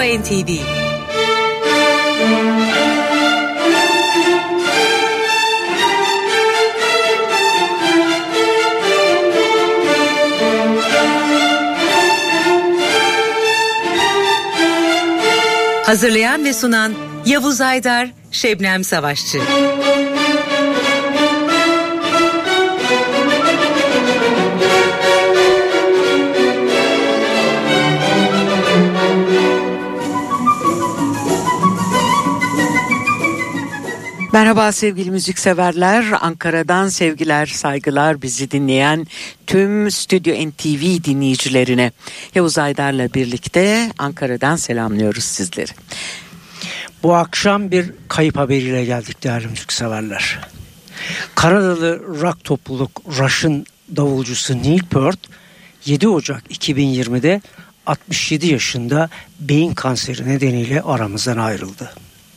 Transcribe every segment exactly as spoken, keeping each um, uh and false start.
N T V. Hazırlayan ve sunan Yavuz Aydar, Şebnem Savaşçı. Merhaba sevgili müzikseverler, Ankara'dan sevgiler, saygılar bizi dinleyen tüm Stüdyo N T V dinleyicilerine. Yavuz Aydar'la birlikte Ankara'dan selamlıyoruz sizleri. Bu akşam bir kayıp haberiyle geldik değerli müzikseverler. Kanadalı rock topluluk Rush'ın davulcusu Neil Peart yedi Ocak iki bin yirmide altmış yedi yaşında beyin kanseri nedeniyle aramızdan ayrıldı.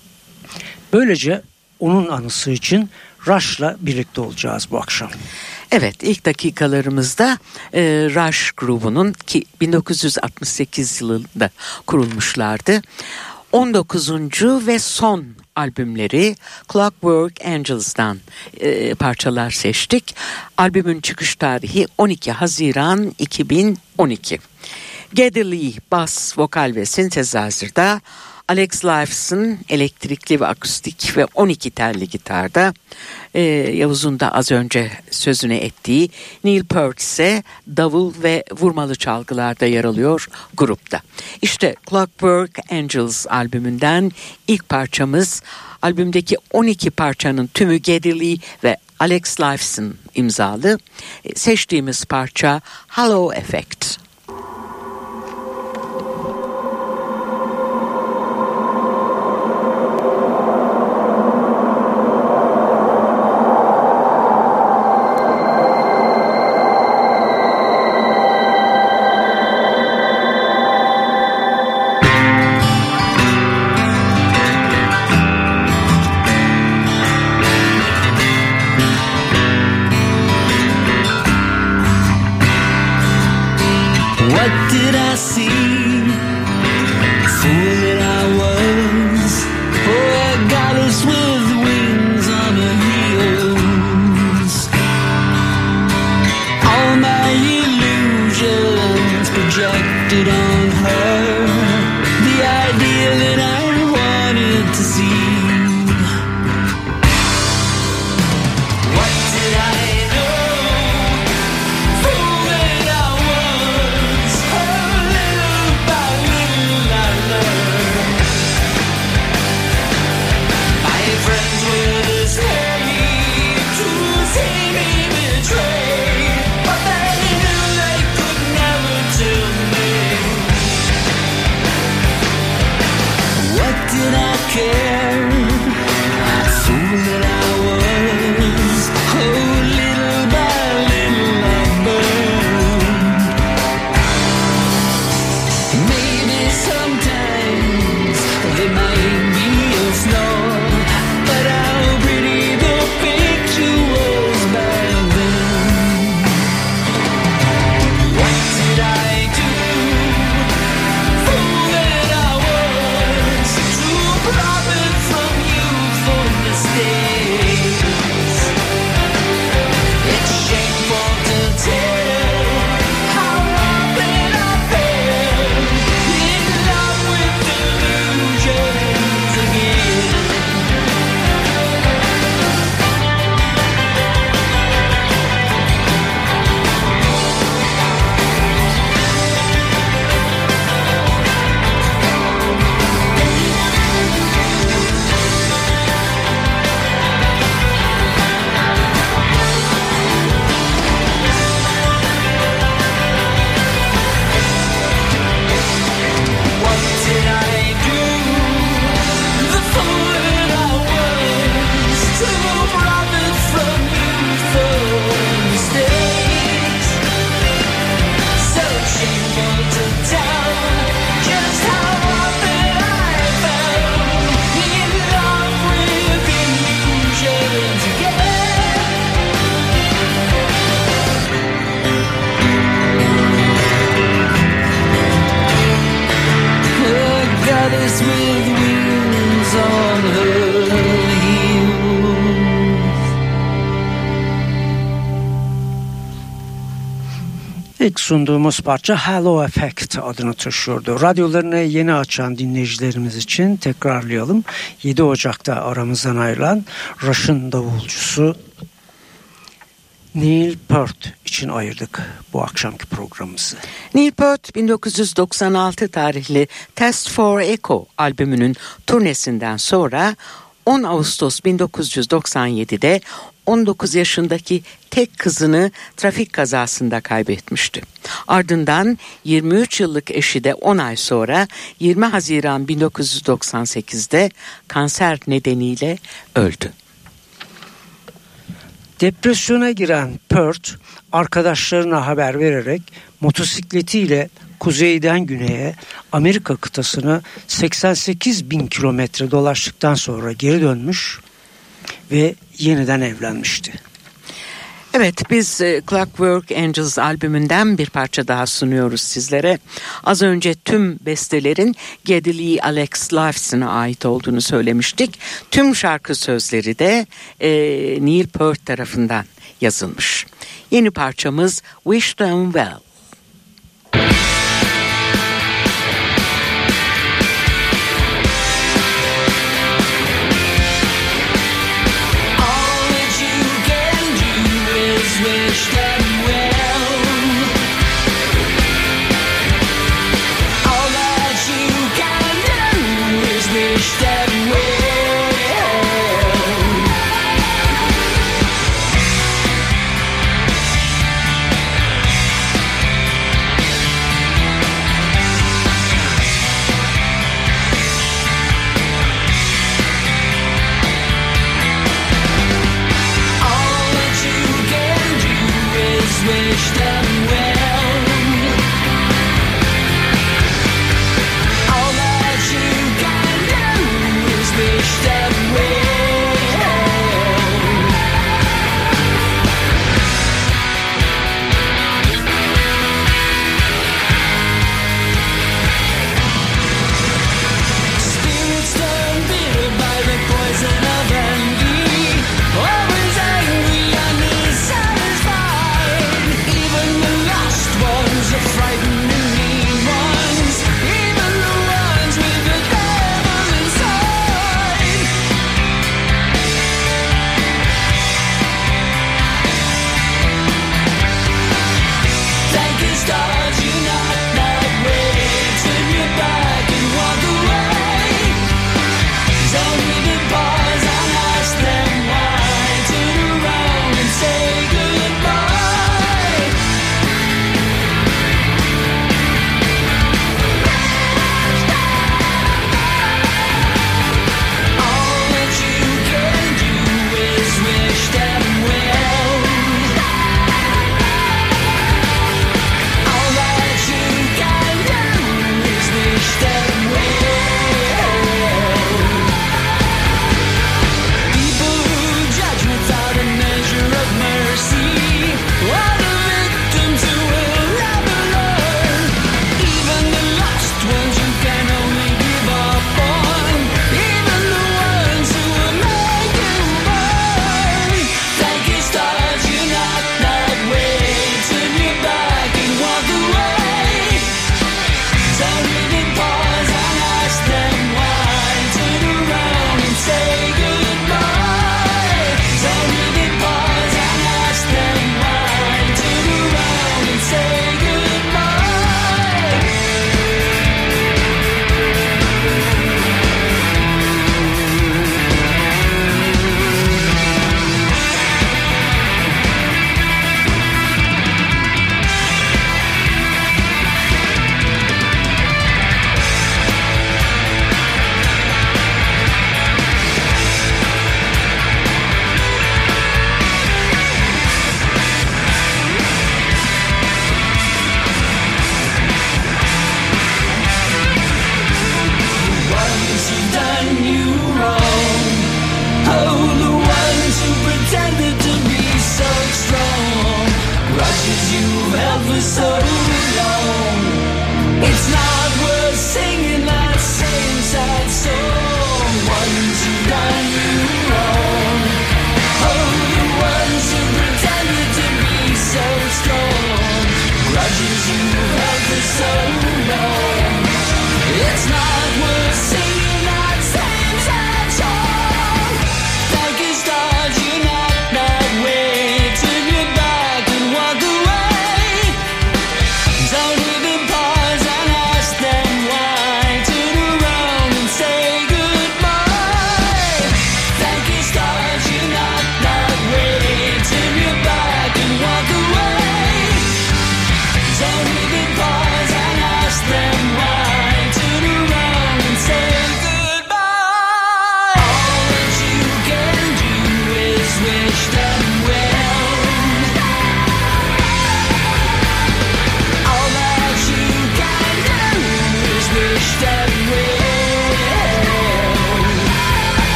Böylece onun anısı için Rush'la birlikte olacağız bu akşam. Evet, ilk dakikalarımızda e, Rush grubunun ki bin dokuz yüz altmış sekiz yılında kurulmuşlardı. on dokuzuncu ve son albümleri Clockwork Angels'dan e, parçalar seçtik. Albümün çıkış tarihi on iki Haziran iki bin on iki. Geddy Lee bas, vokal ve sintezazırda, Alex Lifeson elektrikli ve akustik ve on iki telli gitarda, ee, Yavuz'un da az önce sözünü ettiği Neil Peart ise davul ve vurmalı çalgılarda yer alıyor grupta. İşte Clockwork Angels albümünden ilk parçamız, albümdeki on iki parçanın tümü Geddy Lee ve Alex Lifeson imzalı. Seçtiğimiz parça Halo Effect. With goddess with wings on her heels. İlk sunduğumuz parça Halo Effect adını taşıyordu. Radyolarını yeni açan dinleyicilerimiz için tekrarlayalım. yedi Ocak'ta aramızdan ayrılan Rush'ın davulcusu Neil Peart için ayırdık bu akşamki programımızı. Neil Peart bin dokuz yüz doksan altı tarihli Test for Echo albümünün turnesinden sonra on Ağustos bin dokuz yüz doksan yedide on dokuz yaşındaki tek kızını trafik kazasında kaybetmişti. Ardından yirmi üç yıllık eşi de on ay sonra yirmi Haziran bin dokuz yüz doksan sekizde kanser nedeniyle öldü. Depresyona giren Peart arkadaşlarına haber vererek motosikletiyle kuzeyden güneye Amerika kıtasını seksen sekiz bin kilometre dolaştıktan sonra geri dönmüş ve yeniden evlenmişti. Evet, biz Clockwork Angels albümünden bir parça daha sunuyoruz sizlere. Az önce tüm bestelerin Geddy Lee Alex Lifeson'a ait olduğunu söylemiştik. Tüm şarkı sözleri de e, Neil Peart tarafından yazılmış. Yeni parçamız Wish Them Well. Wish them well. All that you can do is wish them well.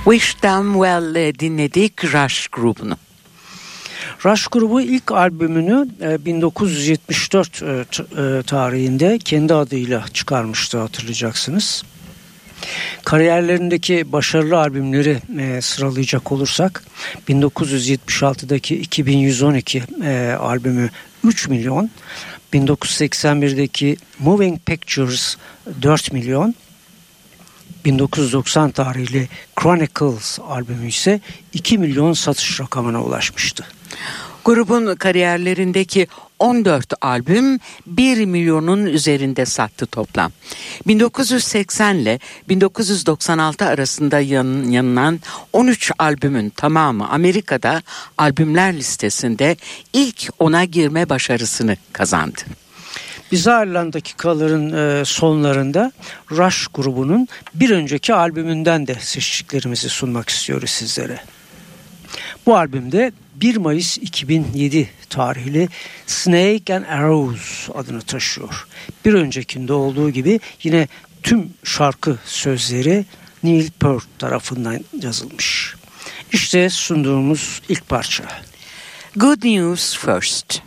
Wish Them Well dinledik Rush grubunu. Rush grubu ilk albümünü bin dokuz yüz yetmiş dört tarihinde kendi adıyla çıkarmıştı, hatırlayacaksınız. Kariyerlerindeki başarılı albümleri sıralayacak olursak bin dokuz yüz yetmiş altıdaki iki bin yüz on iki albümü üç milyon, bin dokuz yüz seksen birdeki Moving Pictures dört milyon, bin dokuz yüz doksan tarihli Chronicles albümü ise iki milyon satış rakamına ulaşmıştı. Grubun kariyerlerindeki on dört albüm bir milyonun üzerinde sattı toplam. bin dokuz yüz seksen ile bin dokuz yüz doksan altı arasında yayınlanan on üç albümün tamamı Amerika'da albümler listesinde ilk ona girme başarısını kazandı. Bizarre dakikaların sonlarında Rush grubunun bir önceki albümünden de seçtiklerimizi sunmak istiyoruz sizlere. Bu albümde bir Mayıs iki bin yedi tarihli Snake and Arrows adını taşıyor. Bir öncekinde olduğu gibi yine tüm şarkı sözleri Neil Peart tarafından yazılmış. İşte sunduğumuz ilk parça. Good News First.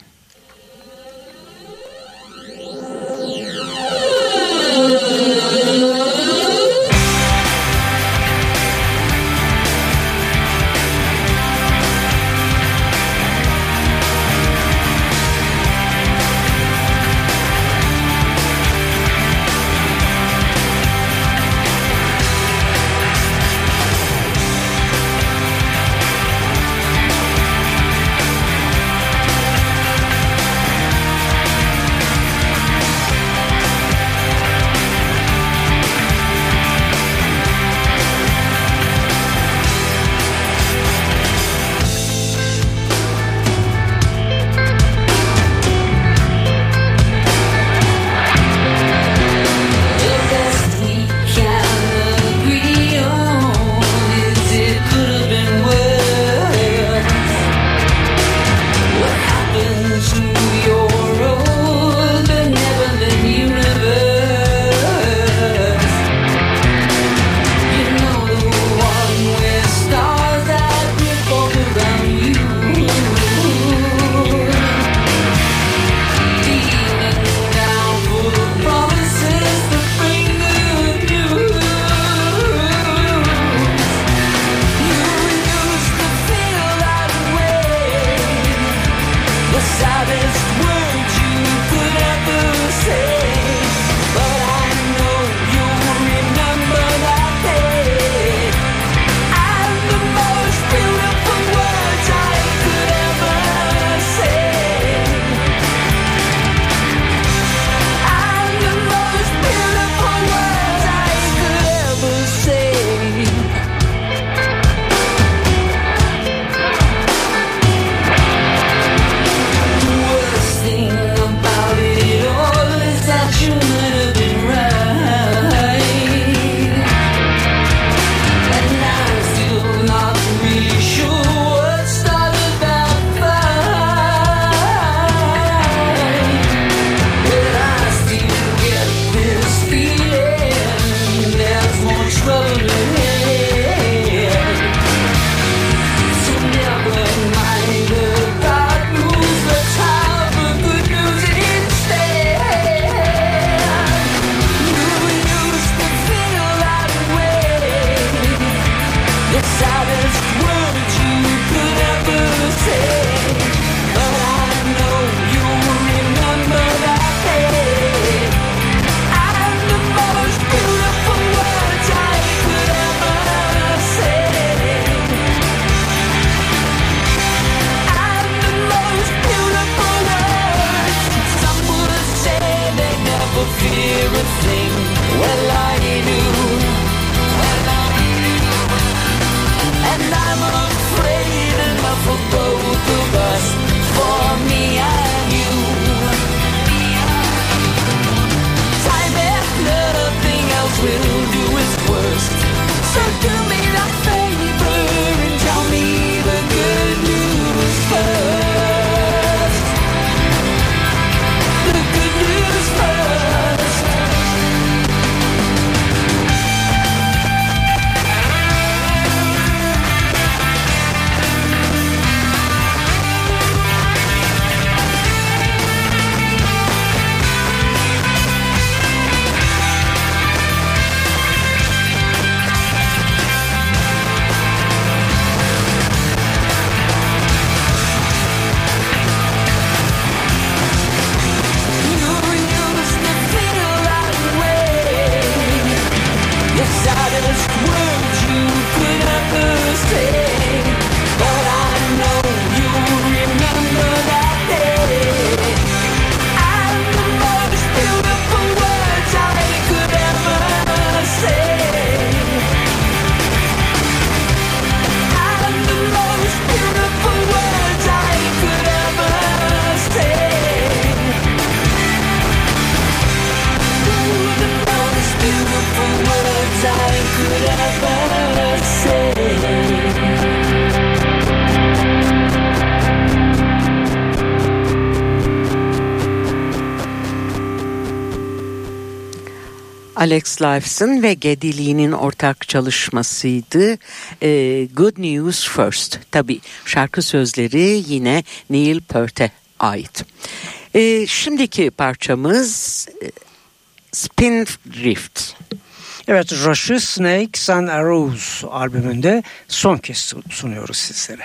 Alex Lifeson ve Geddy Lee'nin ortak çalışmasıydı. Ee, Good News First. Tabii şarkı sözleri yine Neil Peart'e ait. Ee, şimdiki parçamız Spindrift. Evet, Rush'ı Snakes and Arrows albümünde son kez sunuyoruz sizlere.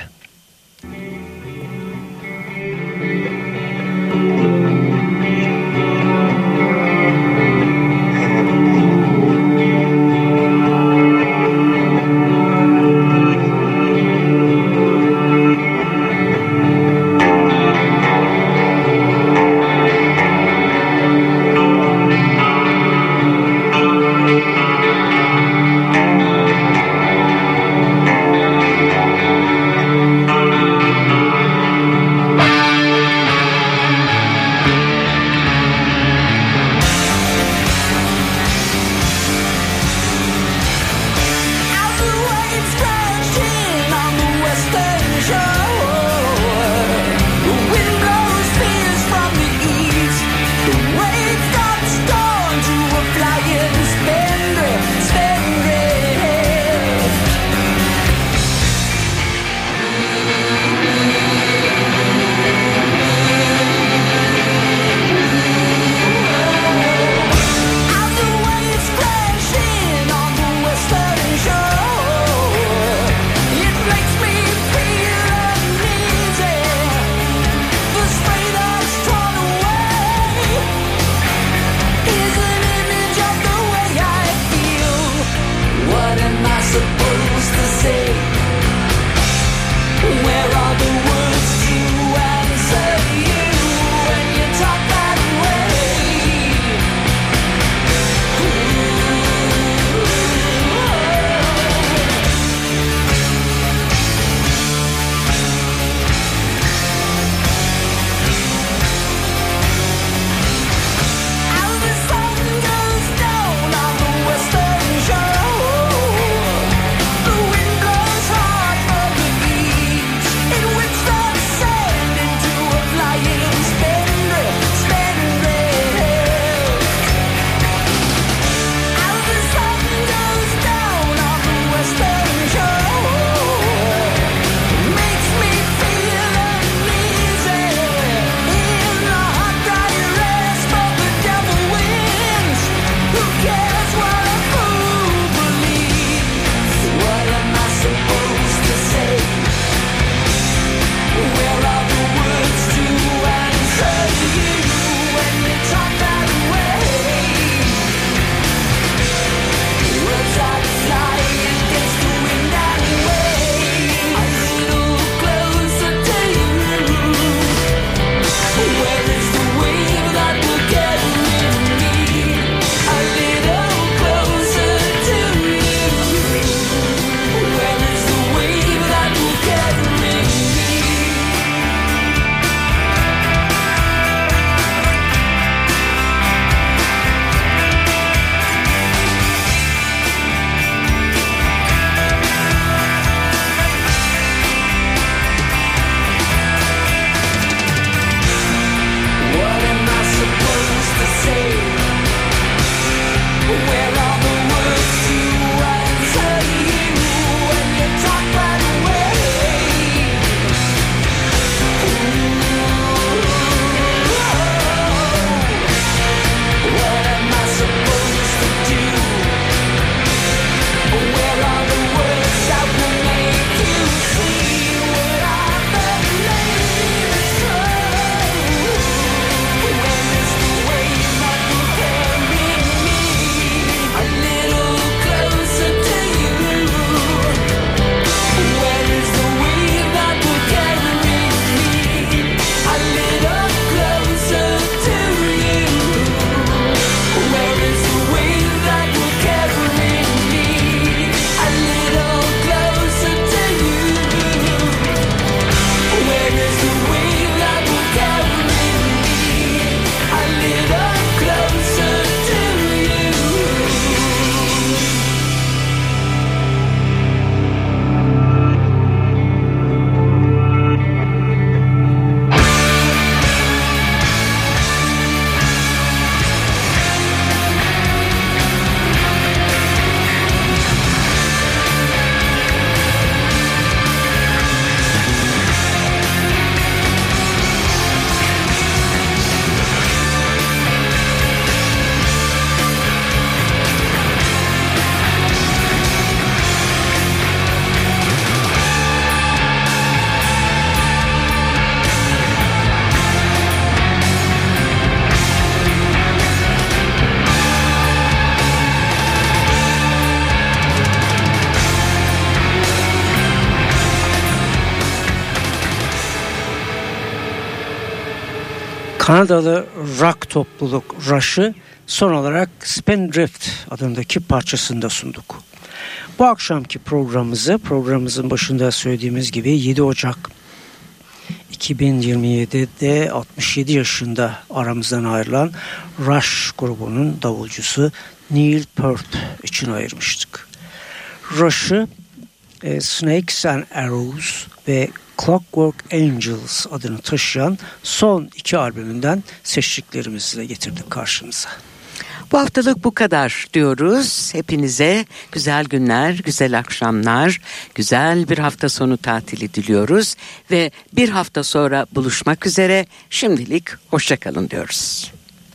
Kanadalı rock topluluk Rush'ı son olarak Spindrift adındaki parçasında sunduk. Bu akşamki programımızı, programımızın başında söylediğimiz gibi yedi Ocak iki bin yirmi yedi'de altmış yedi yaşında aramızdan ayrılan Rush grubunun davulcusu Neil Peart için ayırmıştık. Rush'ı e, Snakes and Arrows ve Clockwork Angels adını taşıyan son iki albümünden seçtiklerimizi getirdik karşınıza. Bu haftalık bu kadar diyoruz. Hepinize güzel günler, güzel akşamlar, güzel bir hafta sonu tatili diliyoruz. Ve bir hafta sonra buluşmak üzere. Şimdilik hoşça kalın diyoruz.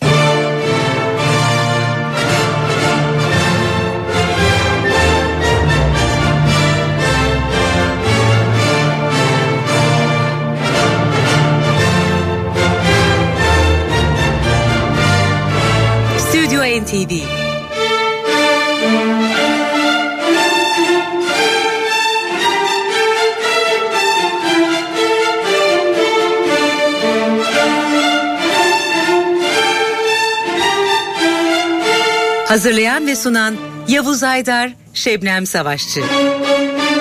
N T V Hazırlayan ve sunan Yavuz Aydar, Şebnem Savaşçı.